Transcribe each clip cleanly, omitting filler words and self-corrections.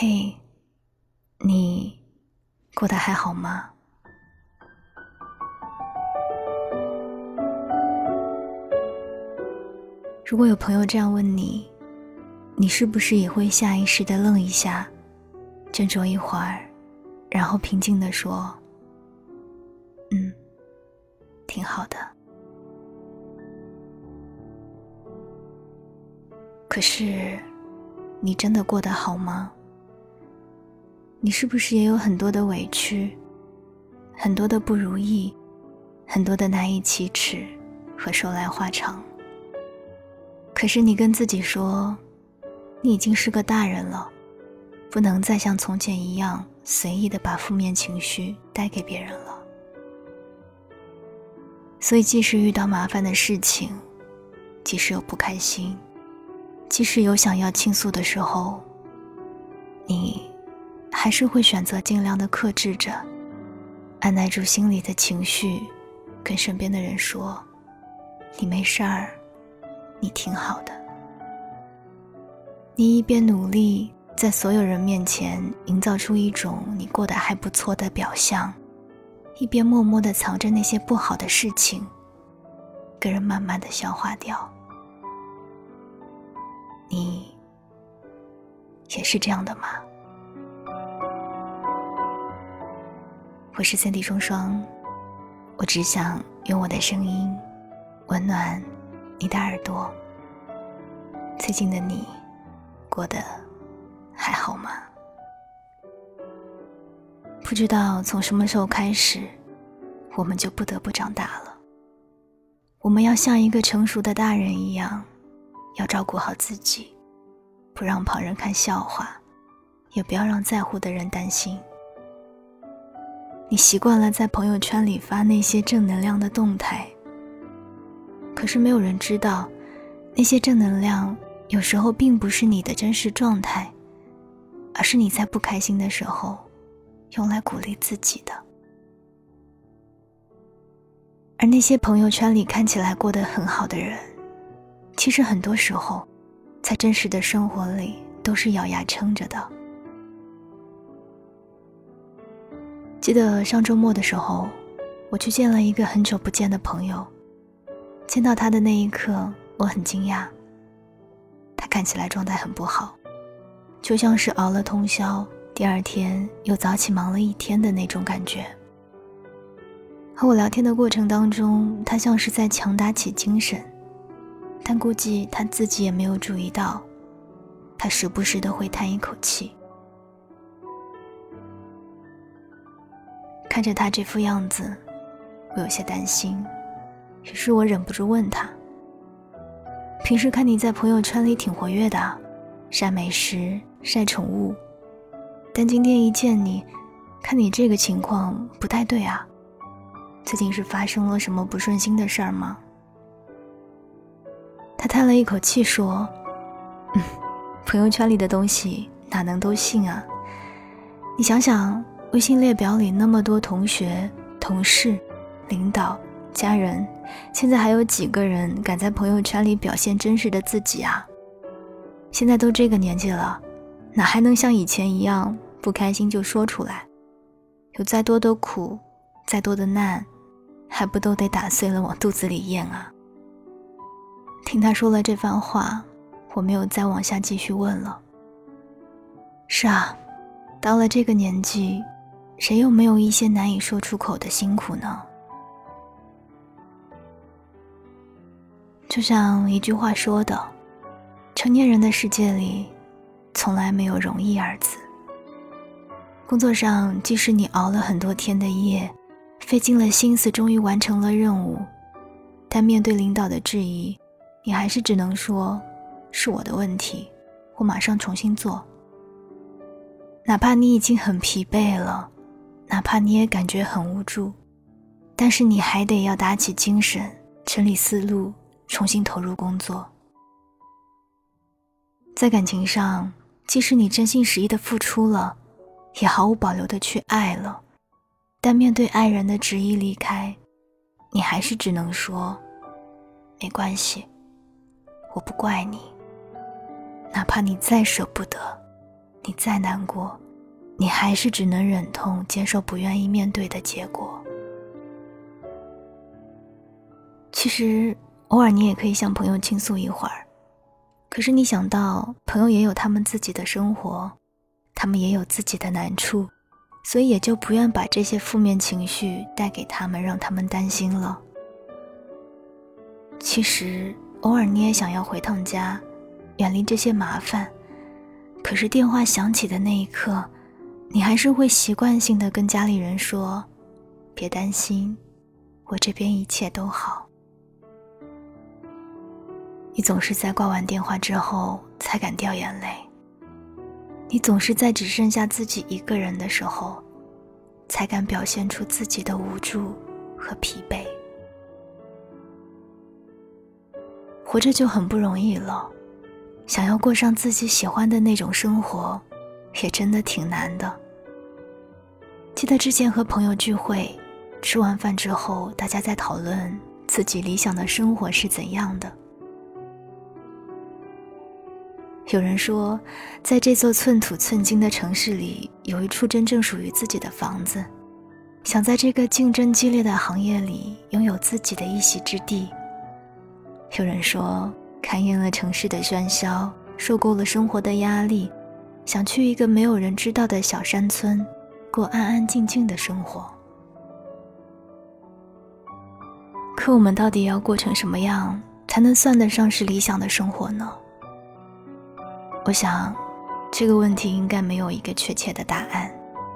嘿，你过得还好吗？如果有朋友这样问你，你是不是也会下意识地愣一下，斟酌一会儿，然后平静地说，挺好的。可是，你真的过得好吗？你是不是也有很多的委屈，很多的不如意，很多的难以启齿和说来话长？可是你跟自己说，你已经是个大人了，不能再像从前一样随意地把负面情绪带给别人了。所以即使遇到麻烦的事情，即使有不开心，即使有想要倾诉的时候，你还是会选择尽量的克制着，按耐住心里的情绪，跟身边的人说，你没事儿，你挺好的。你一边努力在所有人面前营造出一种你过得还不错的表象，一边默默地藏着那些不好的事情，跟人慢慢地消化掉。你也是这样的吗？我是Cindy双双，我只想用我的声音温暖你的耳朵。最近的你过得还好吗？不知道从什么时候开始，我们就不得不长大了。我们要像一个成熟的大人一样，要照顾好自己，不让旁人看笑话，也不要让在乎的人担心。你习惯了在朋友圈里发那些正能量的动态，可是没有人知道，那些正能量有时候并不是你的真实状态，而是你在不开心的时候用来鼓励自己的。而那些朋友圈里看起来过得很好的人，其实很多时候在真实的生活里都是咬牙撑着的。记得上周末的时候，我去见了一个很久不见的朋友，见到他的那一刻，我很惊讶。他看起来状态很不好，就像是熬了通宵，第二天又早起忙了一天的那种感觉。和我聊天的过程当中，他像是在强打起精神，但估计他自己也没有注意到，他时不时地会叹一口气。看着他这副样子，我有些担心，于是我忍不住问他，平时看你在朋友圈里挺活跃的，晒美食，晒宠物，但今天一见你，看你这个情况不太对啊，最近是发生了什么不顺心的事儿吗？他叹了一口气说，朋友圈里的东西哪能都信啊，你想想微信列表里那么多同学、同事、领导、家人，现在还有几个人敢在朋友圈里表现真实的自己啊？现在都这个年纪了，哪还能像以前一样不开心就说出来？有再多的苦，再多的难，还不都得打碎了往肚子里咽啊？听他说了这番话，我没有再往下继续问了。是啊，到了这个年纪，谁又没有一些难以说出口的辛苦呢？就像一句话说的，成年人的世界里从来没有容易二字。工作上，即使你熬了很多天的夜，费尽了心思终于完成了任务，但面对领导的质疑，你还是只能说，是我的问题，我马上重新做。哪怕你已经很疲惫了，哪怕你也感觉很无助，但是你还得要打起精神，整理思路，重新投入工作。在感情上，即使你真心实意的付出了，也毫无保留的去爱了，但面对爱人的执意离开，你还是只能说，没关系，我不怪你。哪怕你再舍不得， 你再难过，你还是只能忍痛接受不愿意面对的结果。其实偶尔你也可以向朋友倾诉一会儿，可是你想到朋友也有他们自己的生活，他们也有自己的难处，所以也就不愿把这些负面情绪带给他们，让他们担心了。其实偶尔你也想要回趟家，远离这些麻烦，可是电话响起的那一刻，你还是会习惯性地跟家里人说，别担心，我这边一切都好。你总是在挂完电话之后才敢掉眼泪，你总是在只剩下自己一个人的时候才敢表现出自己的无助和疲惫。活着就很不容易了，想要过上自己喜欢的那种生活也真的挺难的。记得之前和朋友聚会，吃完饭之后大家在讨论自己理想的生活是怎样的。有人说，在这座寸土寸金的城市里，有一处真正属于自己的房子，想在这个竞争激烈的行业里拥有自己的一席之地。有人说，看厌了城市的喧嚣，受够了生活的压力，想去一个没有人知道的小山村，过安安静静的生活。可我们到底要过成什么样，才能算得上是理想的生活呢？我想，这个问题应该没有一个确切的答案。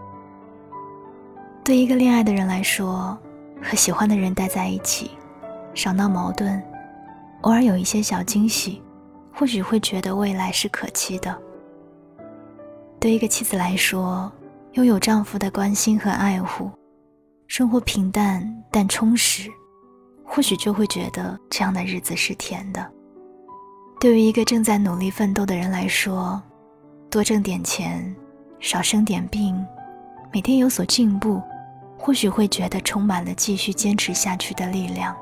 对一个恋爱的人来说，和喜欢的人待在一起，少闹矛盾，偶尔有一些小惊喜，或许会觉得未来是可期的。对一个妻子来说，拥有丈夫的关心和爱护，生活平淡但充实，或许就会觉得这样的日子是甜的。对于一个正在努力奋斗的人来说，多挣点钱，少生点病，每天有所进步，或许会觉得充满了继续坚持下去的力量。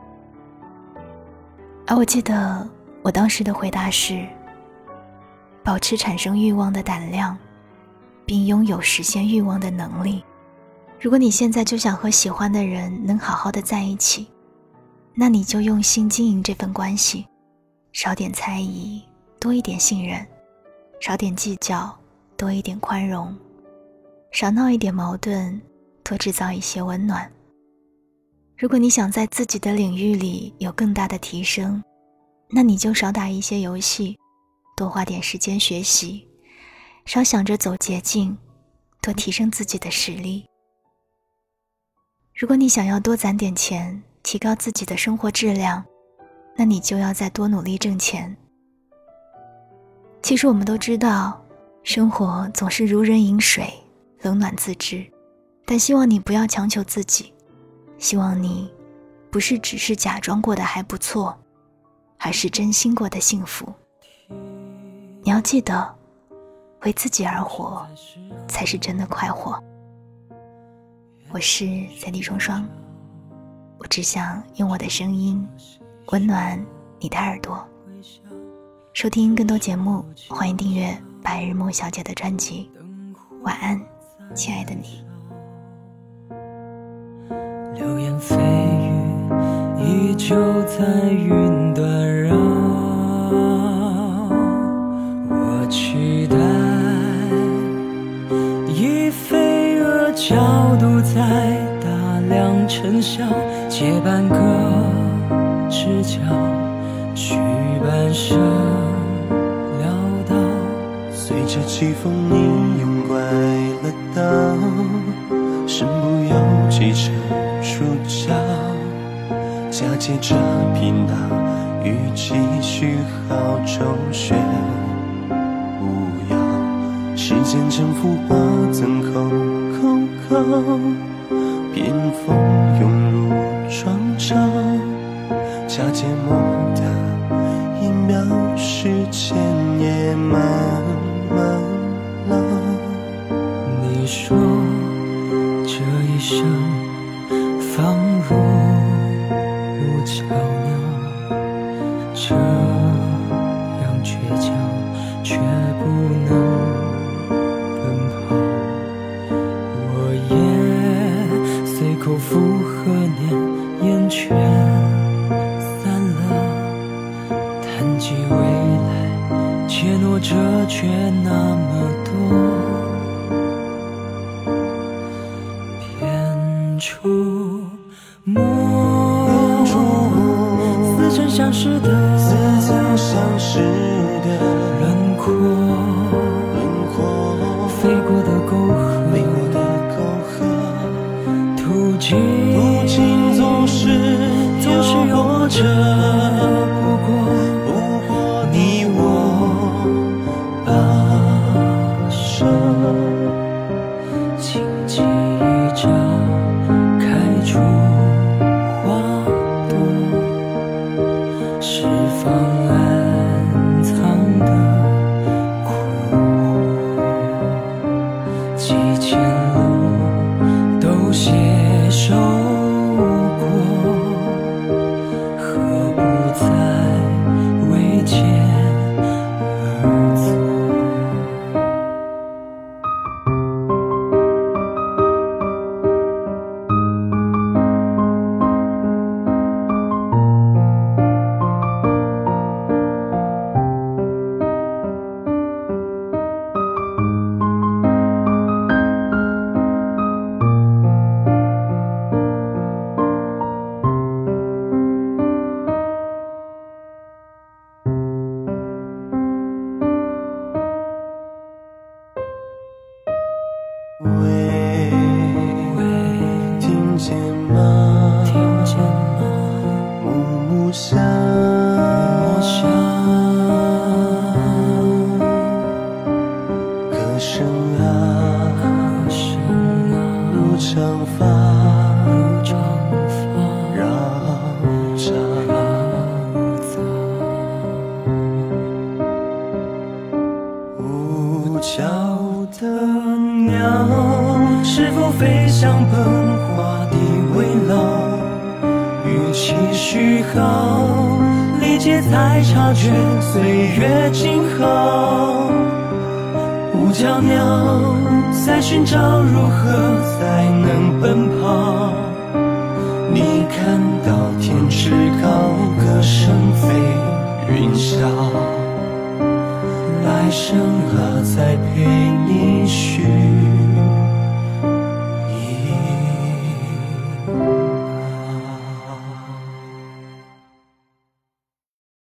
而我记得我当时的回答是，保持产生欲望的胆量，并拥有实现欲望的能力。如果你现在就想和喜欢的人能好好的在一起，那你就用心经营这份关系，少点猜疑，多一点信任，少点计较，多一点宽容，少闹一点矛盾，多制造一些温暖。如果你想在自己的领域里有更大的提升，那你就少打一些游戏，多花点时间学习，少想着走捷径，多提升自己的实力。如果你想要多攒点钱，提高自己的生活质量，那你就要再多努力挣钱。其实我们都知道，生活总是如人饮水，冷暖自知，但希望你不要强求自己，希望你不是只是假装过得还不错，而是真心过得幸福。你要记得，为自己而活，才是真的快活。我是三 D 双双，我只想用我的声音温暖你的耳朵。收听更多节目，欢迎订阅白日梦小姐的专辑。晚安，亲爱的你。 流言蜚语依旧在云端绕，我期待一飞蛾角度在大量尘嚣，借半个直角去半生潦倒， 随着季风你用拐了道，身不由己成主角，嫁接着频道与继续好周旋无恙，时间沉浮化增口，偏风涌入庄周，假睫末的一秒时间也慢慢了。 你说这一生放入无巧妙，这样倔强却不能么多，偏出没，似曾相识的轮廓，飞过的沟壑，途径总是有着不过你我跋涉，轻轻一朝开出花朵，释放暗藏的苦火，几千路都携手过，何不再为见而做。 听见吗？暮暮香，歌声啊，如长发绕着。无脚的鸟，是否飞向奔华的危楼？与其虚耗，理解才察觉岁月静好。无脚鸟在寻找如何才能奔跑。你看到天之高，歌声飞云霄。来生啊，再陪你许